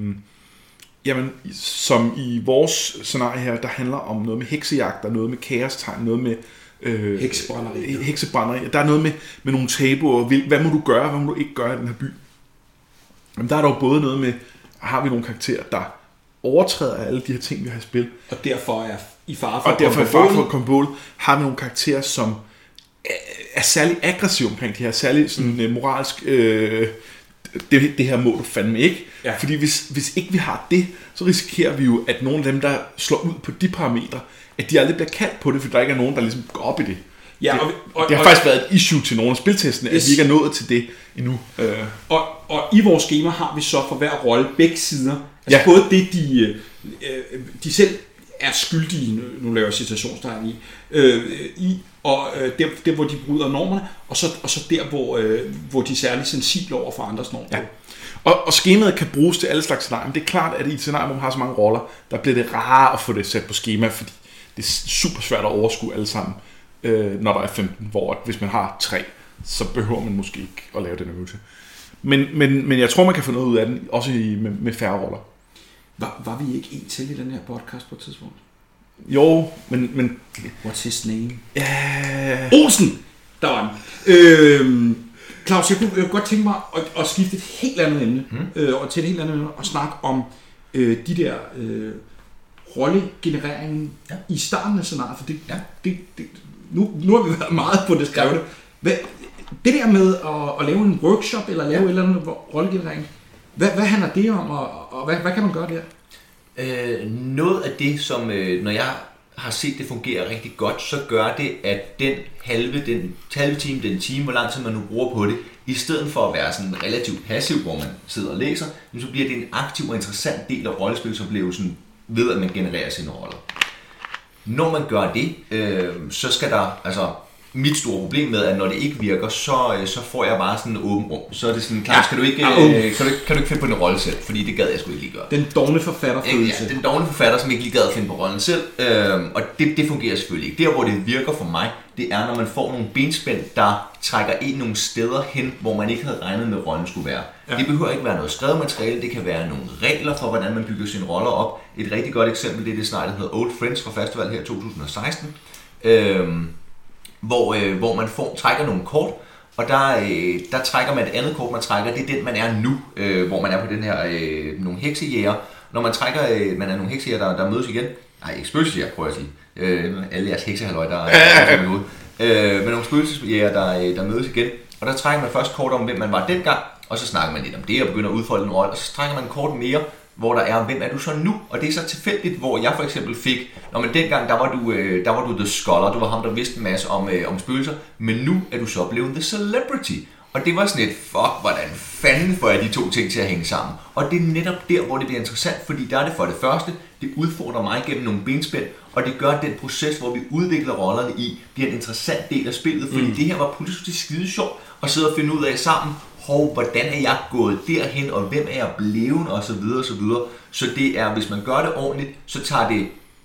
som i vores scenarie her, der handler om noget med heksejagt, der er noget med kaostegn, noget med heksebrænderi. Der er noget med nogle tabuer. Hvad må du gøre, hvad må du ikke gøre i den her by? Men der er dog både noget med, har vi nogle karakterer, der overtræder alle de her ting, vi har i spil. Og derfor er i fare for at komme på bål. Har vi nogle karakterer, som er særlig aggressive omkring de her, særlig sådan moralsk, det her må du fandme ikke. Ja. Fordi hvis ikke vi har det, så risikerer vi jo, at nogle af dem, der slår ud på de parametre, at de aldrig bliver kaldt på det, fordi der ikke er nogen, der ligesom går op i det. Ja, det har faktisk været et issue til nogle af spiltestene, at vi ikke er nået til det endnu. Og i vores schema har vi så for hver rolle begge sider. Altså både det, de selv er skyldige, nu laver jeg citationstegn i, og der hvor de bryder normerne, og så der hvor de er særligt sensible over for andres normer. Ja. Og skemaet kan bruges til alle slags scenarier, men det er klart, at i et scenarie, hvor man har så mange roller, der bliver det rart at få det sat på skema, fordi det er super svært at overskue alle sammen, når der er 15, hvor hvis man har 3, så behøver man måske ikke at lave den øvelse. Men jeg tror, man kan få noget ud af den, også med færre roller. Var vi ikke en til i den her podcast på et tidspunkt? Jo, men What's his name? Olsen! Der var den. Claus, jeg kunne godt tænke mig at skifte et helt andet emne, og til et helt andet emne, og snakke om de der rollegenereringen i starten af scenariet, for nu har vi været meget på det skrevne. Det der med at lave en workshop, eller lave et eller andet rollegenerering, hvad handler det om, og hvad kan man gøre der? Noget af det, som når jeg har set det fungere rigtig godt, så gør det, at den halve time, den time, hvor lang tid man nu bruger på det, i stedet for at være sådan relativt passiv, hvor man sidder og læser, så bliver det en aktiv og interessant del af rollespilsoplevelsen ved, at man genererer sine roller. Når man gør det, så skal der, altså mit store problem med, at når det ikke virker, så får jeg bare sådan en åben rum. Så er det sådan, klart, kan du ikke finde på en rolle selv, fordi det gad jeg sgu ikke lige gøre. Den dovne forfatterfølelse. Ja, den dovne forfatter, som ikke lige gad at finde på rollen selv, og det fungerer selvfølgelig ikke. Der, hvor det virker for mig, det er, når man får nogle benspænd, der trækker ind nogle steder hen, hvor man ikke havde regnet med, rollen skulle være. Ja. Det behøver ikke være noget skrevet materiale, det kan være nogle regler for, hvordan man bygger sine roller op. Et rigtig godt eksempel, det er det snart, der hedder Old Friends fra festival her 2016. Hvor man trækker nogle kort, og der trækker man et andet kort, man trækker, det er den, man er nu, hvor man er på den her, nogle heksejæger. Når man trækker, man er nogle heksejæger, der mødes igen. Nej, ikke spøgelsesjæger, prøver jeg at sige. Alle jeres heksehalløj, der er med ud. Men nogle spøgelsesjæger, der mødes igen. Og der trækker man først kort om, hvem man var dengang, og så snakker man lidt om det, og begynder at udfolde en rolle, og så trækker man kort mere, hvor der er, hvem er du så nu? Og det er så tilfældigt, hvor jeg for eksempel fik, når man dengang, der var du the scholar, du var ham, der vidste en masse om spøgelser, men nu er du så blevet the celebrity. Og det var sådan et, hvordan fanden får jeg de to ting til at hænge sammen? Og det er netop der, hvor det bliver interessant, fordi der er det for det første, det udfordrer mig gennem nogle benspænd, og det gør den proces, hvor vi udvikler rollerne i, bliver en interessant del af spillet, fordi det her var pludselig skide sjovt at sidde og finde ud af sammen, hvordan er jeg gået derhen, og hvem er jeg blevet, og så videre, og så videre. Så det er, hvis man gør det ordentligt, så tager det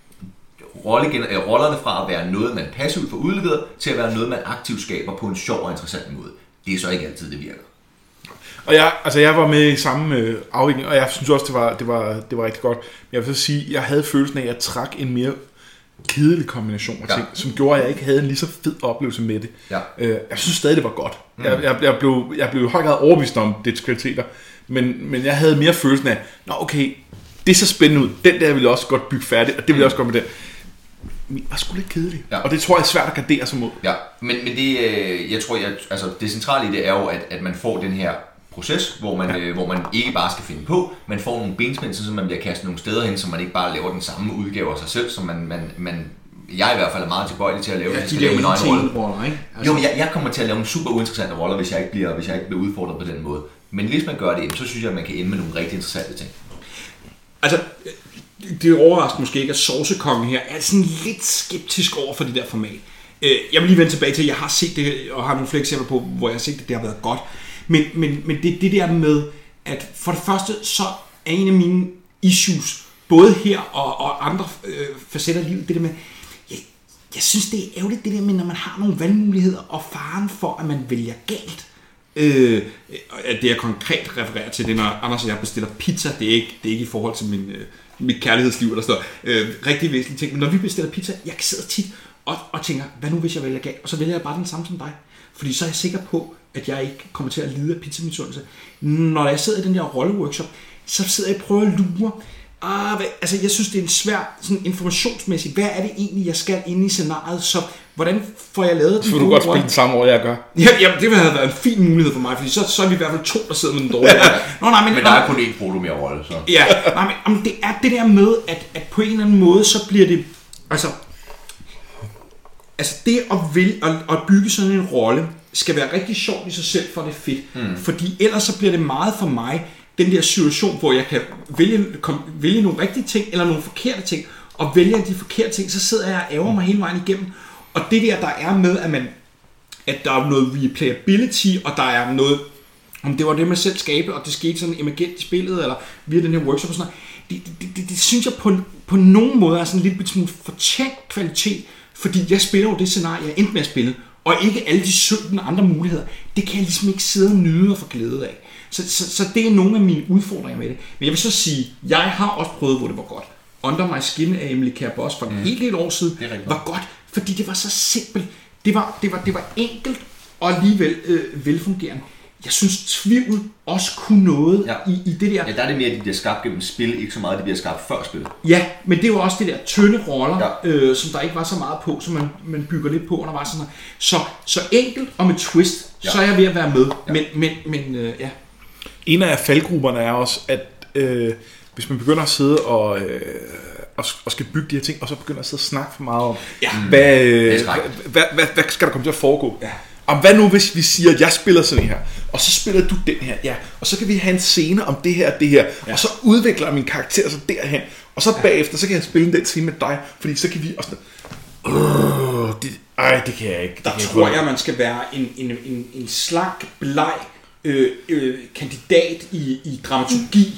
rollerne fra at være noget, man passivt får udleveret, til at være noget, man aktivt skaber på en sjov og interessant måde. Det er så ikke altid, det virker. Og jeg var med i samme afvikling, og jeg synes også, det var rigtig godt. Men jeg vil så sige, jeg havde følelsen af, at jeg trak en mere kedelig kombination af ting, som gjorde, at jeg ikke havde en lige så fed oplevelse med det. Ja. Jeg synes stadig, det var godt. Jeg blev i høj grad overbevist om dets kvaliteter, men jeg havde mere følelsen af, okay, det ser spændende ud, den der ville jeg også godt bygge færdig, og det ville jeg også godt med den. Men det var sgu lidt kedeligt, og det tror jeg er svært at gardere sig mod. Ja, men det, jeg tror, altså det centrale i det er jo, at man får den her proces, hvor man ikke bare skal finde på, man får nogle benspænd, så man bliver kastet nogle steder hen, så man ikke bare laver den samme udgave af sig selv, som jeg i hvert fald er meget tilbøjelig til at lave, hvis jeg skal lave min egen rolle. Ikke? Altså. Jo, jeg kommer til at lave nogle super uinteressante roller, hvis jeg ikke bliver udfordret på den måde. Men hvis man gør det, så synes jeg, at man kan ende med nogle rigtig interessante ting. Altså, det overrasker måske ikke, at Sovsekongen her er sådan lidt skeptisk over for det der format. Jeg vil lige vende tilbage til, at jeg har set det, og har nogle flere eksempler på, hvor jeg har set det, det har været godt. Men det der med, at for det første, så er en af mine issues, både her og andre facetter af livet, det der med, jeg synes, det er ærgerligt, det der med, når man har nogle valgmuligheder, og faren for, at man vælger galt. Det jeg konkret refererer til, det når Anders og jeg bestiller pizza, det er ikke i forhold til mit kærlighedsliv, eller sådan noget, rigtig væsentlige ting, men når vi bestiller pizza, jeg sidder tit og tænker, hvad nu hvis jeg vælger galt, og så vælger jeg bare den samme som dig, fordi så er jeg sikker på, at jeg ikke kommer til at lide af pizza-misundelse. Når jeg sidder i den der rolleworkshop, så sidder jeg og prøver at lure, altså jeg synes det er en svær sådan informationsmæssigt, hvad er det egentlig jeg skal inde i scenariet, så hvordan får jeg lavet den? Så du godt spille den samme år jeg gør. Ja, det ville have været en fin mulighed for mig, fordi så er vi i hvert fald to, der sidder med den dårlige. Men der er kun én proto mere rolle, så. Ja, men det er det der med, at på en eller anden måde, så bliver det, altså det at bygge sådan en rolle, skal være rigtig sjovt i sig selv, for det er fedt. Fordi ellers så bliver det meget for mig, den der situation, hvor jeg kan vælge nogle rigtige ting, eller nogle forkerte ting, og vælger de forkerte ting, så sidder jeg og ærger mig hele vejen igennem. Og det der er med, at der er noget replayability, og der er noget, om det var det, man selv skabe, og det skete sådan emergent i spillet, eller via den her workshop og sådan noget, det synes jeg på nogen måde er sådan en lille smule fortjent kvalitet, fordi jeg spiller jo det scenarie, jeg endte med at spille, og ikke alle de 17 andre muligheder. Det kan jeg ligesom ikke sidde og nyde og få glæde af. Så det er nogle af mine udfordringer med det. Men jeg vil så sige, jeg har også prøvet, hvor det var godt. Under My Skin af Emily Care Boss for en helt år siden var godt, fordi det var så simpelt. Det var enkelt og alligevel velfungerende. Jeg synes, tvivl også kunne noget i det der. Ja, der er det mere, at de bliver skabt gennem spil, ikke så meget, at de bliver skabt før spillet. Ja, men det er jo også det der tynde roller, som der ikke var så meget på, som man bygger lidt på undervejs. Så enkelt og med twist, så er jeg ved at være med. Ja. Men ja. En af faldgrupperne er også, at hvis man begynder at sidde og og skal bygge de her ting, og så begynder at sidde og snakke for meget om, hvad skal der komme til at foregå? Ja. Og hvad nu, hvis vi siger, at jeg spiller sådan her, og så spiller du den her, ja, og så kan vi have en scene om det her og det her, og så udvikler min karakter så derhen, og så bagefter, så kan jeg spille den scene med dig, fordi så kan vi også... det kan jeg ikke. Der tror jeg, man skal være en slank, bleg kandidat i dramaturgi,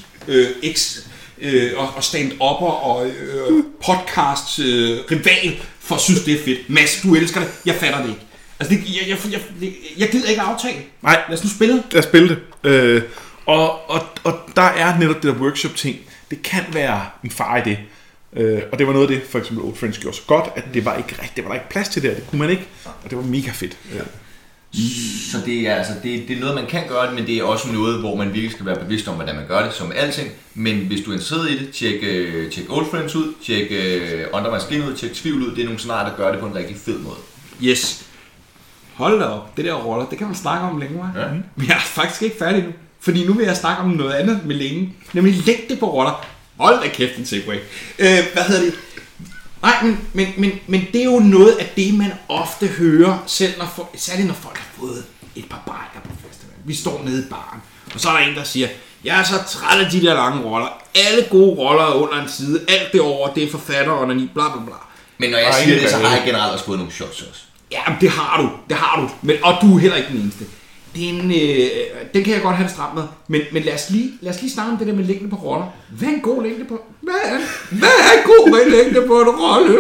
og stand-upper og podcast rival, for at synes, det er fedt. Mads, du elsker det. Jeg fatter det ikke. Altså, jeg gider ikke aftale. Nej. Lad os nu spille. Lad os spille det. Og der er netop det der workshop-ting. Det kan være en far i det. Og det var noget af det, for eksempel Old Friends gjorde så godt, at det var ikke rigtigt, det var der ikke plads til det, det kunne man ikke, og det var mega fedt. Ja. Så det er, altså, det er noget, man kan gøre det, men det er også noget, hvor man virkelig skal være bevidst om, hvordan man gør det, som alting. Men hvis du er interesseret i det, tjek Old Friends ud, tjek Under My Skin ud, tjek Tvivl ud, det er nogle scenarier, der gør det på en rigtig fed måde. Yes. Hold da op, det der roller, det kan man snakke om længe, hva'? Ja. Men jeg er faktisk ikke færdig nu, fordi nu vil jeg snakke om noget andet med længe, nemlig længde på roller. Hold da kæft en segway. Hvad hedder det? Nej, men det er jo noget af det, man ofte hører, særligt når folk har fået et par bajer på festival. Vi står nede i baren, og så er der en, der siger, jeg er så træt af de der lange roller. Alle gode roller er under en side. Alt det over, det er forfatteren og bla bla bla. Men når jeg siger det, så har jeg generelt også fået nogle shots også. Ja, det har du. Men, og du er heller ikke den eneste. Den kan jeg godt have det stramt med. Men lad os lige snakke om det der med længde på roller. Hvad er en god længde på? Hvad er en god længde på en rolle?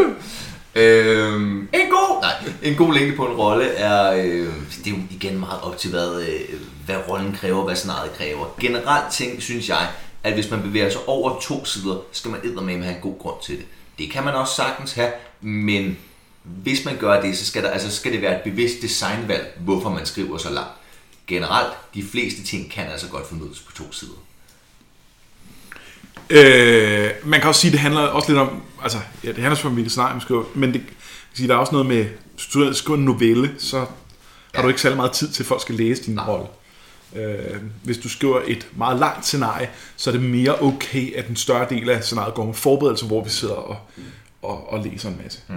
En god længde på en rolle er, det er jo igen meget op til, hvad rollen kræver, hvad scenariet kræver. Generelt ting, synes jeg, at hvis man bevæger sig over 2 sider, skal man eddermame have en god grund til det. Det kan man også sagtens have, men hvis man gør det, så skal det være et bevidst designvalg, hvorfor man skriver så langt. Generelt, de fleste ting kan altså godt formidles på 2 sider. Man kan også sige, det handler også lidt om, altså, ja, det handler selvfølgelig om, hvilket scenarie man skriver, men det, der er også noget med, hvis du skriver en novelle, så har du ikke særlig meget tid til, at folk skal læse din rolle. Hvis du skriver et meget langt scenarie, så er det mere okay, at en større del af scenariet går med forberedelse, hvor vi sidder og læser en masse.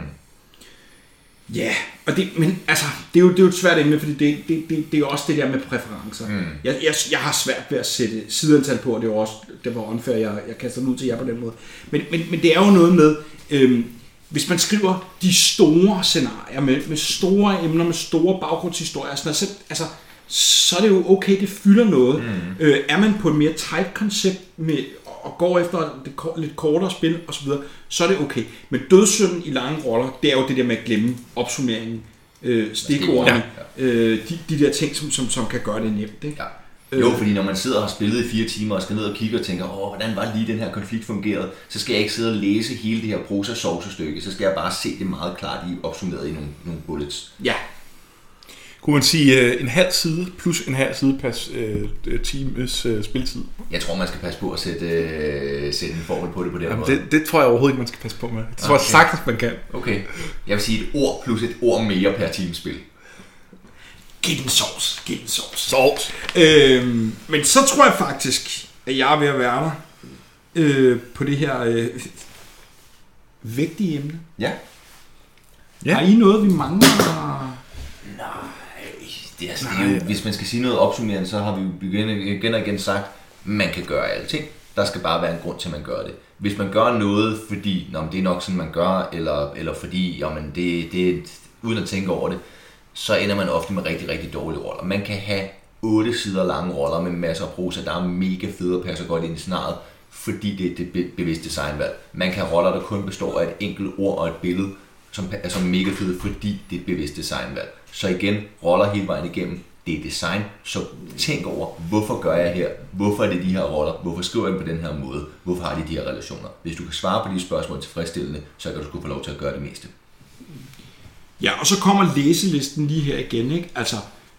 Ja, og det er jo et svært emne, fordi det er jo også det der med præferencer. Jeg har svært ved at sætte sideantal på, og det var unfair, jeg kaster den ud til jer på den måde. Men det er jo noget med, hvis man skriver de store scenarier med store emner, med store baggrundshistorier, så er det jo okay, det fylder noget. Er man på et mere tight koncept og går efter det lidt kortere spil osv., så er det okay. Men dødssynden i lange roller, det er jo det der med at glemme opsummeringen, stikordene, de der ting, som kan gøre det nemt. Ikke? Ja. Jo, fordi når man sidder og har spillet i 4 timer og skal ned og kigge og tænker, hvordan var lige den her konflikt fungeret, så skal jeg ikke sidde og læse hele det her prosa-sovsestykke, så skal jeg bare se det meget klart opsummeret i nogle bullets. Ja. Kunne man sige en halv side plus en halv side per times spiltid? Jeg tror, man skal passe på at sætte en formel på det på den måde. Det tror jeg overhovedet ikke, man skal passe på med. Det tror jeg sagtens, man kan. Okay. Jeg vil sige et ord plus et ord mere per timespil. Giv den sovs. Men så tror jeg faktisk, at jeg er ved at være der på det her vigtige emne. Ja. Har I noget, vi mangler? Det er jo, hvis man skal sige noget opsummerende, så har vi igen og igen sagt, man kan gøre alting. Der skal bare være en grund til, at man gør det. Hvis man gør noget, fordi det er nok sådan, man gør, eller fordi det uden at tænke over det, så ender man ofte med rigtig, rigtig dårlige roller. Man kan have 8 sider lange roller med masser af prosa, der er mega fede og passer godt ind i scenariet, fordi det er det bevidste designvalg. Man kan have roller, der kun består af et enkelt ord og et billede, som er mega fede, fordi det er et bevidst designvalg. Så igen, roller hele vejen igennem, det er design, så tænk over, hvorfor gør jeg her? Hvorfor er det de her roller? Hvorfor skriver jeg på den her måde? Hvorfor har de her relationer? Hvis du kan svare på de spørgsmål tilfredsstillende, så kan du sgu få lov til at gøre det meste. Ja, og så kommer læselisten lige her igen, ikke? Altså,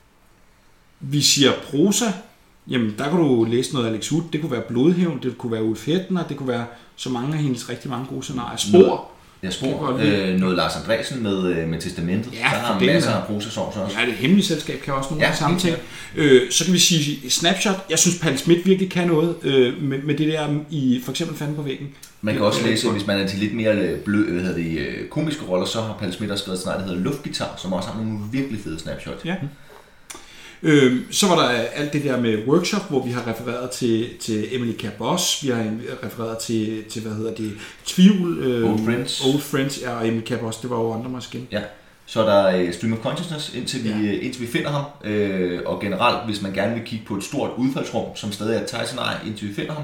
vi siger prosa, jamen der kan du læse noget af Alex Wood, det kunne være Blodhævn, det kunne være Ulf Hedner, det kunne være så mange af hendes rigtig mange gode scenarier. Spor, Jeg spor noget Lars Andresen med Testamentet. Ja, der har masser af prosasovs også. Ja, det hemmelige selskab kan også nogle af de samme ting. Så kan vi sige Snapshot. Jeg synes, Palle Schmidt virkelig kan noget med det der i for eksempel Fanden på væggen. Man kan også læse, hvis man er til lidt mere komiske roller, så har Palle Schmidt også skrevet sådan noget, der hedder Luftgitar, som også har nogle virkelig fede snapshots. Ja. Så var der alt det der med workshop, hvor vi har refereret til Emily Cabos, vi har refereret til Tvivl, Old Friends, og Emily Cabos, det var jo andre maskin. Ja. Så er der Stream of Consciousness, indtil vi finder ham, og generelt, hvis man gerne vil kigge på et stort udfaldsrum, som stadig er et tegscenarie, indtil vi finder ham.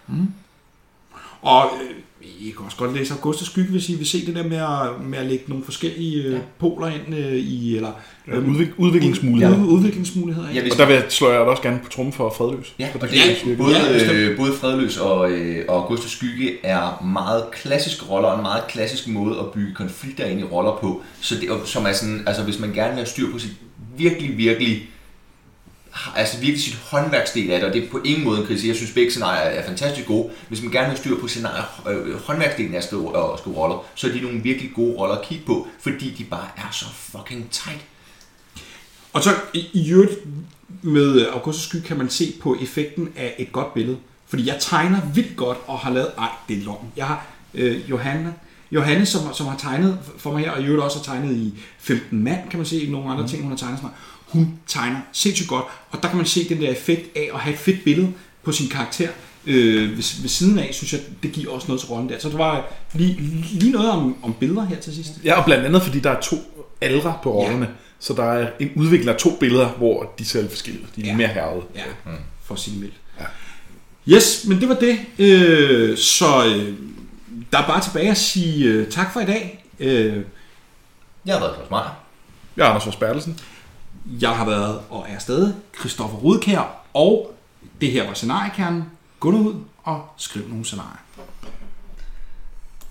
Og I kan også godt læse Augustus Skygge, hvis I vil se det der med at lægge nogle forskellige poler ind i, eller udviklingsmuligheder. Ja, og der slår jeg også gerne på trummen for Fredløs. Ja, og det er både Fredløs og Augustus Skygge er meget klassiske roller, og en meget klassisk måde at bygge konflikter ind i roller på, så det, som er sådan, altså hvis man gerne vil have styr på sit virkelig sit håndværksdel af det, og det er på ingen måde en krise. Jeg synes, begge scenarier er fantastisk gode. Hvis man gerne vil styr på håndværksdelen af at skrive roller, så er de nogle virkelig gode roller at kigge på, fordi de bare er så fucking tight. Og så i øvrigt med Augustus Skygge kan man se på effekten af et godt billede. Fordi jeg tegner vildt godt og har lavet... det er løgn. Jeg har Johanne, som har tegnet for mig her, og i øvrigt også har tegnet i 15 mand, kan man se i nogle andre ting, hun har tegnet sådan. Hun tegner sindssygt godt, og der kan man se den der effekt af at have et fedt billede på sin karakter ved siden af, synes jeg, det giver også noget til rollen der. Så det var lige noget om billeder her til sidst. Ja, og blandt andet, fordi der er 2 aldre på rollerne, så der er en udvikler 2 billeder, hvor de selv forskellige, de er mere hervede. Ja, for at sige det mildt. Ja. Yes, men det var det. Der er bare tilbage at sige tak for i dag. Jeg har været Claus Meyer. Jeg er Anders Fors Bertelsen. Jeg har været og er stadig Christoffer Rudkjær, og det her var Scenariekernen. Gå nu ud og skriv nogle scenarier.